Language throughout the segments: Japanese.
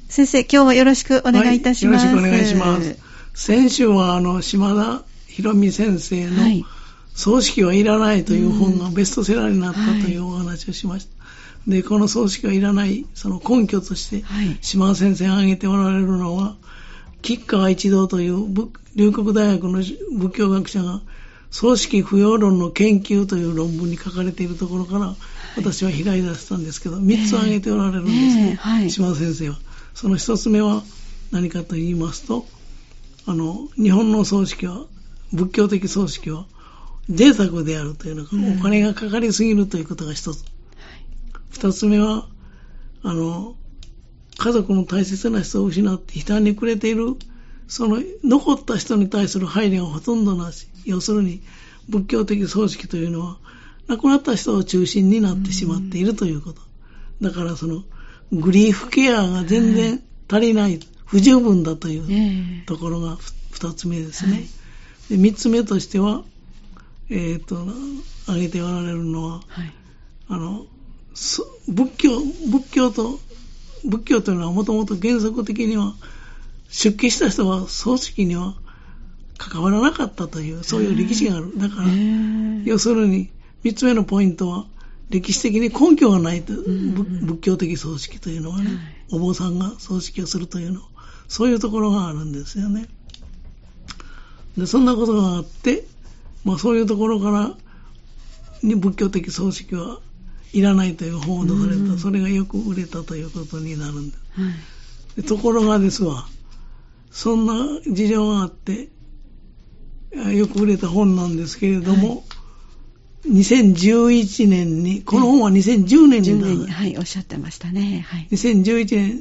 先生、今日はよろしくお願いいたします。 よろしくお願いします。先週は島田博美先生の、葬式はいらないという本がベストセラーになったというお話をしました。で、この葬式はいらない、その根拠として、島田先生が挙げておられるのは、吉川一道という龍谷大学の仏教学者が、葬式不要論の研究という論文に書かれているところから、私は開い出したんですけど、3つ挙げておられるんですね、島田先生は。その1つ目は何かと言いますと、日本の葬式は、仏教的葬式は贅沢であるというのが、お金がかかりすぎるということが1つ。2つ目は、家族の大切な人を失って悲嘆に暮れている、その残った人に対する配慮がほとんどなし。要するに、仏教的葬式というのは、亡くなった人を中心になってしまっているということ。だからその、グリーフケアが全然足りない、不十分だというところが2つ目ですね。で3つ目としては、挙げておられるのは、仏教というのはもともと原則的には、出家した人は葬式には関わらなかったという、そういう歴史がある。だから、要するに、3つ目のポイントは、歴史的に根拠がないと、仏教的葬式というのはね、お坊さんが葬式をするというの、そういうところがあるんですよね。で、そんなことがあって、そういうところからに仏教的葬式はいらないという本を出された、それがよく売れたということになるんです。ところがですわ、そんな事情があって、よく売れた本なんですけれども、2011年に、この本は2010年に出た。おっしゃってましたね。 2011年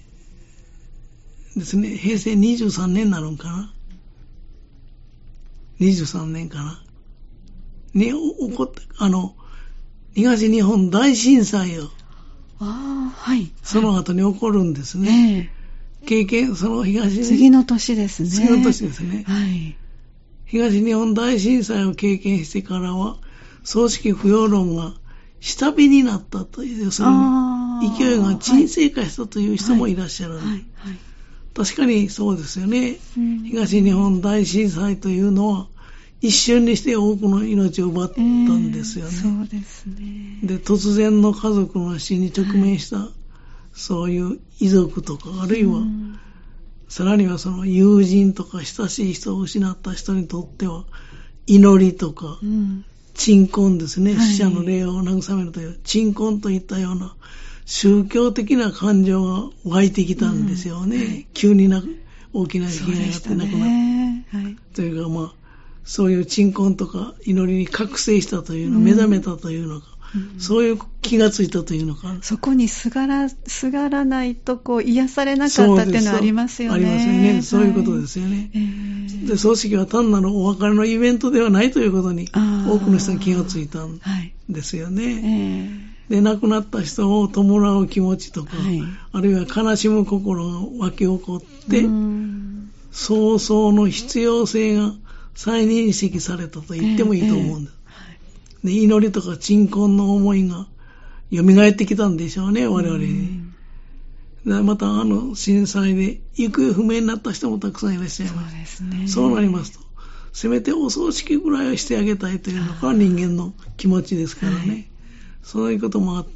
ですね、平成23年になるんかな。23年かな。に起こった、東日本大震災を、その後に起こるんですね。 次の年ですね。 次の年ですね。東日本大震災を経験してからは、葬式不要論が下火になったという、その勢いが沈静化したという人もいらっしゃる。確かにそうですよね。東日本大震災というのは、一瞬にして多くの命を奪ったんですよね。 そうですね。 で、突然の家族の死に直面した、そういう遺族とか、あるいは、さらにはその友人とか親しい人を失った人にとっては、祈りとか、鎮魂ですね、死者の霊を慰めるという、鎮魂といったような宗教的な感情が湧いてきたんですよね。急に大きな被害があって亡くなった。というかそういう鎮魂とか祈りに覚醒したというの、目覚めたというのか、そういう気がついたというのか。 そこにすがらないと癒されなかったっていうのはありますよね。 ありますよね。そういうことですよね。で、葬式は単なるお別れのイベントではないということに多くの人が気がついたんですよね。で、亡くなった人を弔う気持ちとか、あるいは悲しむ心が湧き起こって、葬送の必要性が再認識されたと言ってもいいと思うんです。で、祈りとか鎮魂の思いが蘇ってきたんでしょうね、我々に。でまた震災で行方不明になった人もたくさんいらっしゃいます。 そうですね。 そうなりますと、せめてお葬式ぐらいはしてあげたいというのが人間の気持ちですからね。そういうこともあって、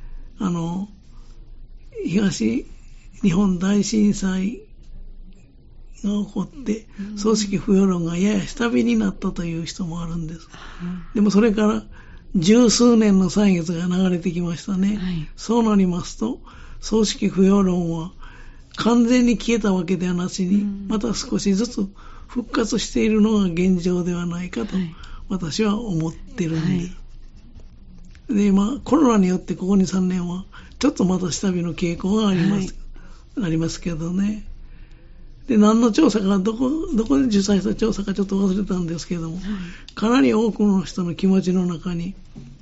東日本大震災が起こって、葬式不要論がやや下火になったという人もあるんです。でもそれから十数年の歳月が流れてきましたね。そうなりますと、葬式不要論は完全に消えたわけではなしに、また少しずつ復活しているのが現状ではないかと、私は思ってるんです。で、コロナによってここ2、3年はちょっとまた下火の傾向がありますけどね。で、何の調査か、どこで主催した調査かちょっと忘れたんですけれども、かなり多くの人の気持ちの中に、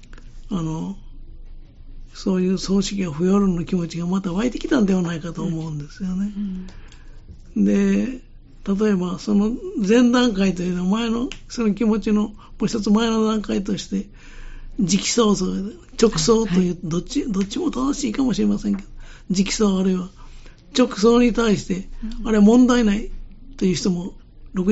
そういう葬式や不要論の気持ちがまた湧いてきたんではないかと思うんですよね。で、例えばその前段階というのはその気持ちのもう一つ前の段階として、直葬、直葬という、どっちも正しいかもしれませんけど、直葬あるいは直葬に対して、あれは問題ないという人も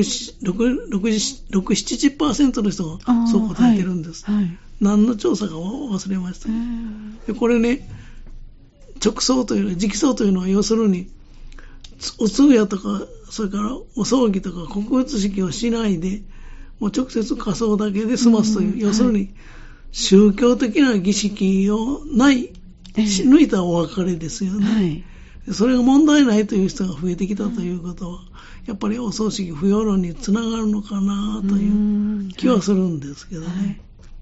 70% の人がそう答えてるんです。 はいはい、 何の調査か忘れました。でこれね、直葬というのは、直葬というのは要するに、お通夜とか、それからお葬儀とか告別式をしないで、もう直接火葬だけで済ますという、要するに宗教的な儀式を抜いたお別れですよね。はい、それが問題ないという人が増えてきたということは、やっぱりお葬式不要論につながるのかなという気はするんですけどね。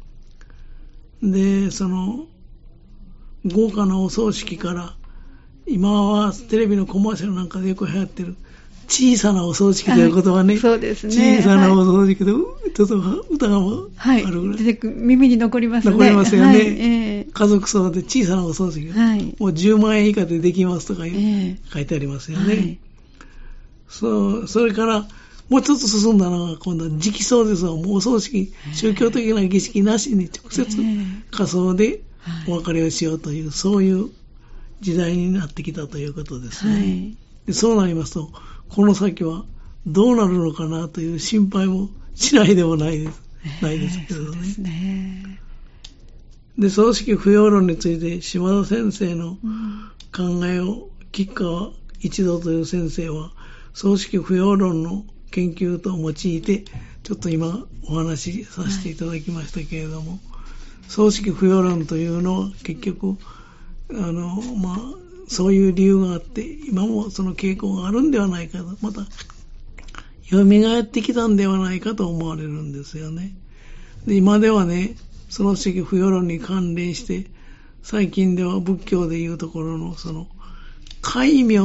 で、その豪華なお葬式から、今はテレビのコマーシャルなんかでよく流行ってる小さなお葬式ということはね、 そうですね、 小さなお葬式で、ちょっと歌があるぐらい、 耳に残りますね。 残りますよね。家族葬で小さなお葬式、もう10万円以下でできますとか書いてありますよね。それからもうちょっと進んだのが今度は直葬ですが、もうお葬式、宗教的な儀式なしに直接火葬でお別れをしようという、そういう時代になってきたということですね。でそうなりますと、この先はどうなるのかなという心配もしないでもないですけどね。で、葬式不要論について島田先生の考えを、吉川一郎という先生は葬式不要論の研究と用いてちょっと今お話しさせていただきましたけれども、葬式不要論というのは結局そういう理由があって、今もその傾向があるんではないかと、また蘇ってきたんではないかと思われるんですよね。で、今ではね、その葬式不要論に関連して、最近では仏教でいうところのその戒名、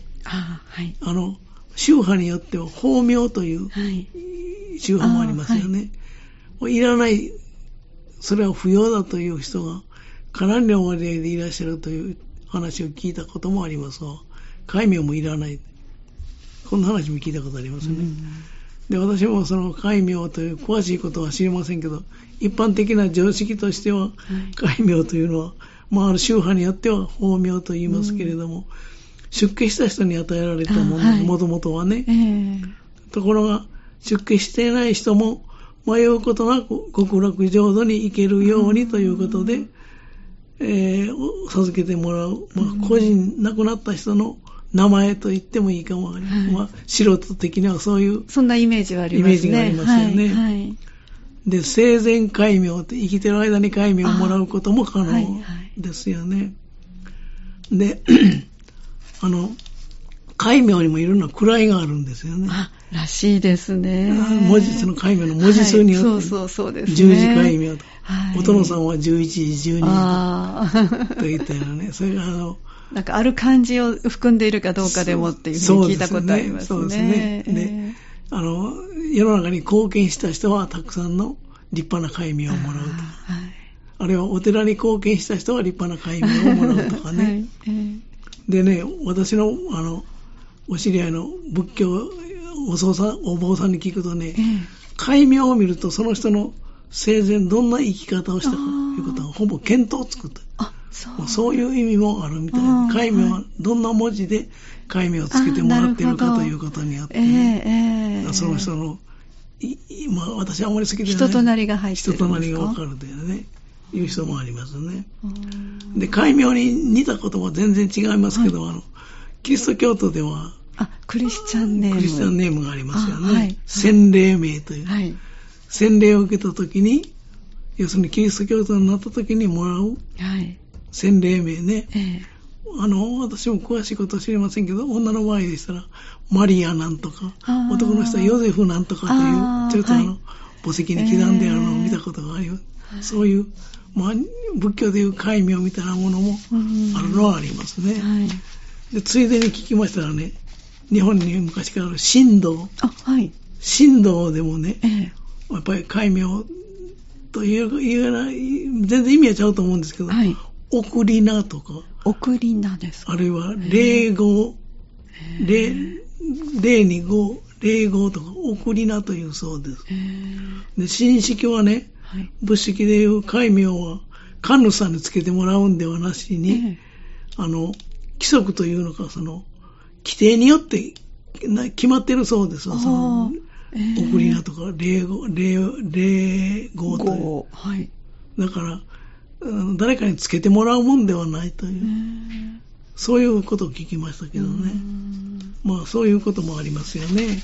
宗派によっては法名という宗派もありますよね。いらない、それは不要だという人がかなりの割合でいらっしゃるという話を聞いたこともありますが、戒名もいらない、こんな話も聞いたことありますね。で、私もその戒名という詳しいことは知りませんけど、一般的な常識としては、戒名というのは、ある宗派によっては法名と言いますけれども、出家した人に与えられたもの、もともとはね、ところが出家していない人も迷うことなく極楽浄土に行けるようにということで、授けてもらう、個人亡くなった人の名前と言ってもいいかもわかりません。素人的にはそういうそんなイメージはありますね。 イメージがありますよね。で、生前戒名って生きてる間に戒名をもらうことも可能ですよね。で、戒名にもいろんな位があるんですよね。 らしいですね。 その戒名の文字数によって、 そうですね。 十字戒名と、お殿さんは11時12時といったようなね、それがなんかある漢字を含んでいるかどうかでもっていうふうに聞いたことありますね。 そうですね。で、世の中に貢献した人はたくさんの立派な戒名をもらうとか、あるいはお寺に貢献した人は立派な戒名をもらうとかね。でね、私のお知り合いの仏教お坊さんに聞くとね、戒名を見るとその人の生前どんな生き方をしたかということがほぼ見当つくと。そういう意味もあるみたいな。戒名はどんな文字で戒名をつけてもらっているかということによってね、その人の私はあまり好きでない、 人となりが入ってるんですか。 人となりが分かるというね、いう人もありますね。で、戒名に似た言葉は全然違いますけど、キリスト教徒ではクリスチャンネームがありますよね。洗礼名という、洗礼を受けたときに、要するにキリスト教徒になったときにもらう洗礼名ね。私も詳しいことは知りませんけど、女の場合でしたらマリアなんとか、男の人はヨゼフなんとかという、ちょっと墓石に刻んであるのを見たことがあります。そういう、仏教でいう戒名みたいなものもあるのはありますね。で、ついでに聞きましたらね、日本に昔からある神道、神道でもね、やっぱり戒名というな、全然意味はちゃうと思うんですけど、送り名とか、 送り名ですか。 あるいは霊号、霊に号、霊号とか送り名というそうです。で、神式はね、仏式でいう戒名は神主さんにつけてもらうんではなしに、規則というのか、その規定によって決まってるそうですわ。その送り名とか礼語という。 はい。 だから、誰かにつけてもらうもんではないという、そういうことを聞きましたけどね。まあそういうこともありますよね。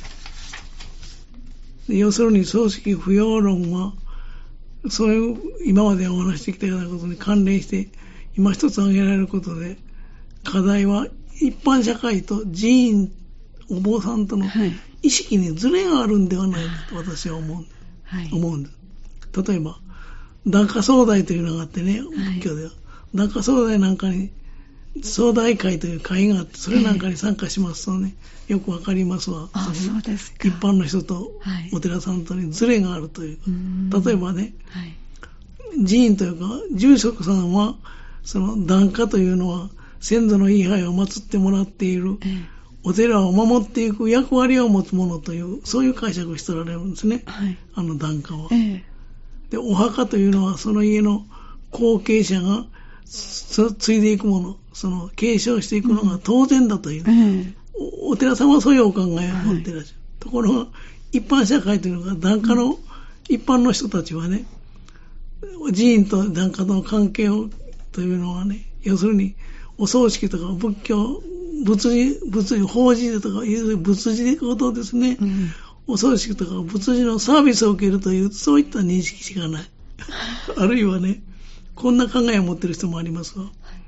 要するに葬式不要論は、そういう今までお話してきたようなことに関連して、今一つ挙げられることで、課題は一般社会と寺院、お坊さんとの意識にズレがあるんではないかと私は思うんです。例えば、檀家総代というのがあってね、仏教では。檀家総代なんかに、総代会という会があって、それなんかに参加しますとね、よくわかりますわ。 そうですか。 一般の人とお寺さんとにズレがあるという。例えばね、寺院というか、住職さんは、その檀家というのは、先祖の位牌を祀ってもらっている、お寺を守っていく役割を持つものという、そういう解釈をしておられるんですね。檀家は。で、お墓というのはその家の後継者が継いでいくもの、その継承していくのが当然だという、お寺さんはそういうお考えを持っていらっしゃる。ところが、一般社会というのが檀家の一般の人たちはね、寺院と檀家との関係をというのはね、要するにお葬式とか仏教、仏事、法事とかいう仏事のことですね。お葬式とか仏事のサービスを受けるという、そういった認識しかない。あるいはね、こんな考えを持っている人もありますわ。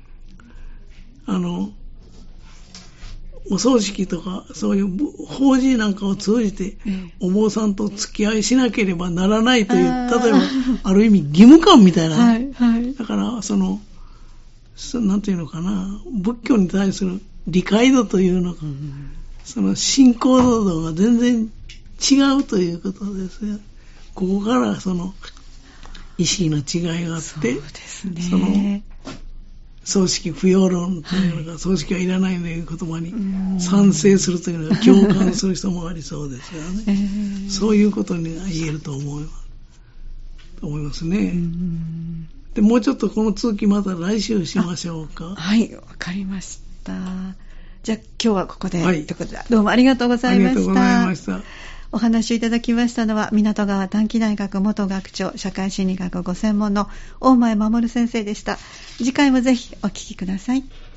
お葬式とか、そういう法事なんかを通じて、お坊さんと付き合いしなければならないという、例えば、ある意味義務感みたいな。だから、なんていうのかな、仏教に対する理解度というのか、その信仰度が全然違うということですよ。ここからその意識の違いがあって、その葬式不要論というのが、葬式はいらないという言葉に賛成するというのが共感する人もありそうですからね。そういうことに言えると思いますね。で、もうちょっとこの続きまた来週しましょうか。 はい、わかりました。じゃあ今日はここで、ということでどうもありがとうございました。ありがとうございました。お話をいただきましたのは、港川短期大学元学長、社会心理学ご専門の大前守先生でした。次回もぜひお聞きください。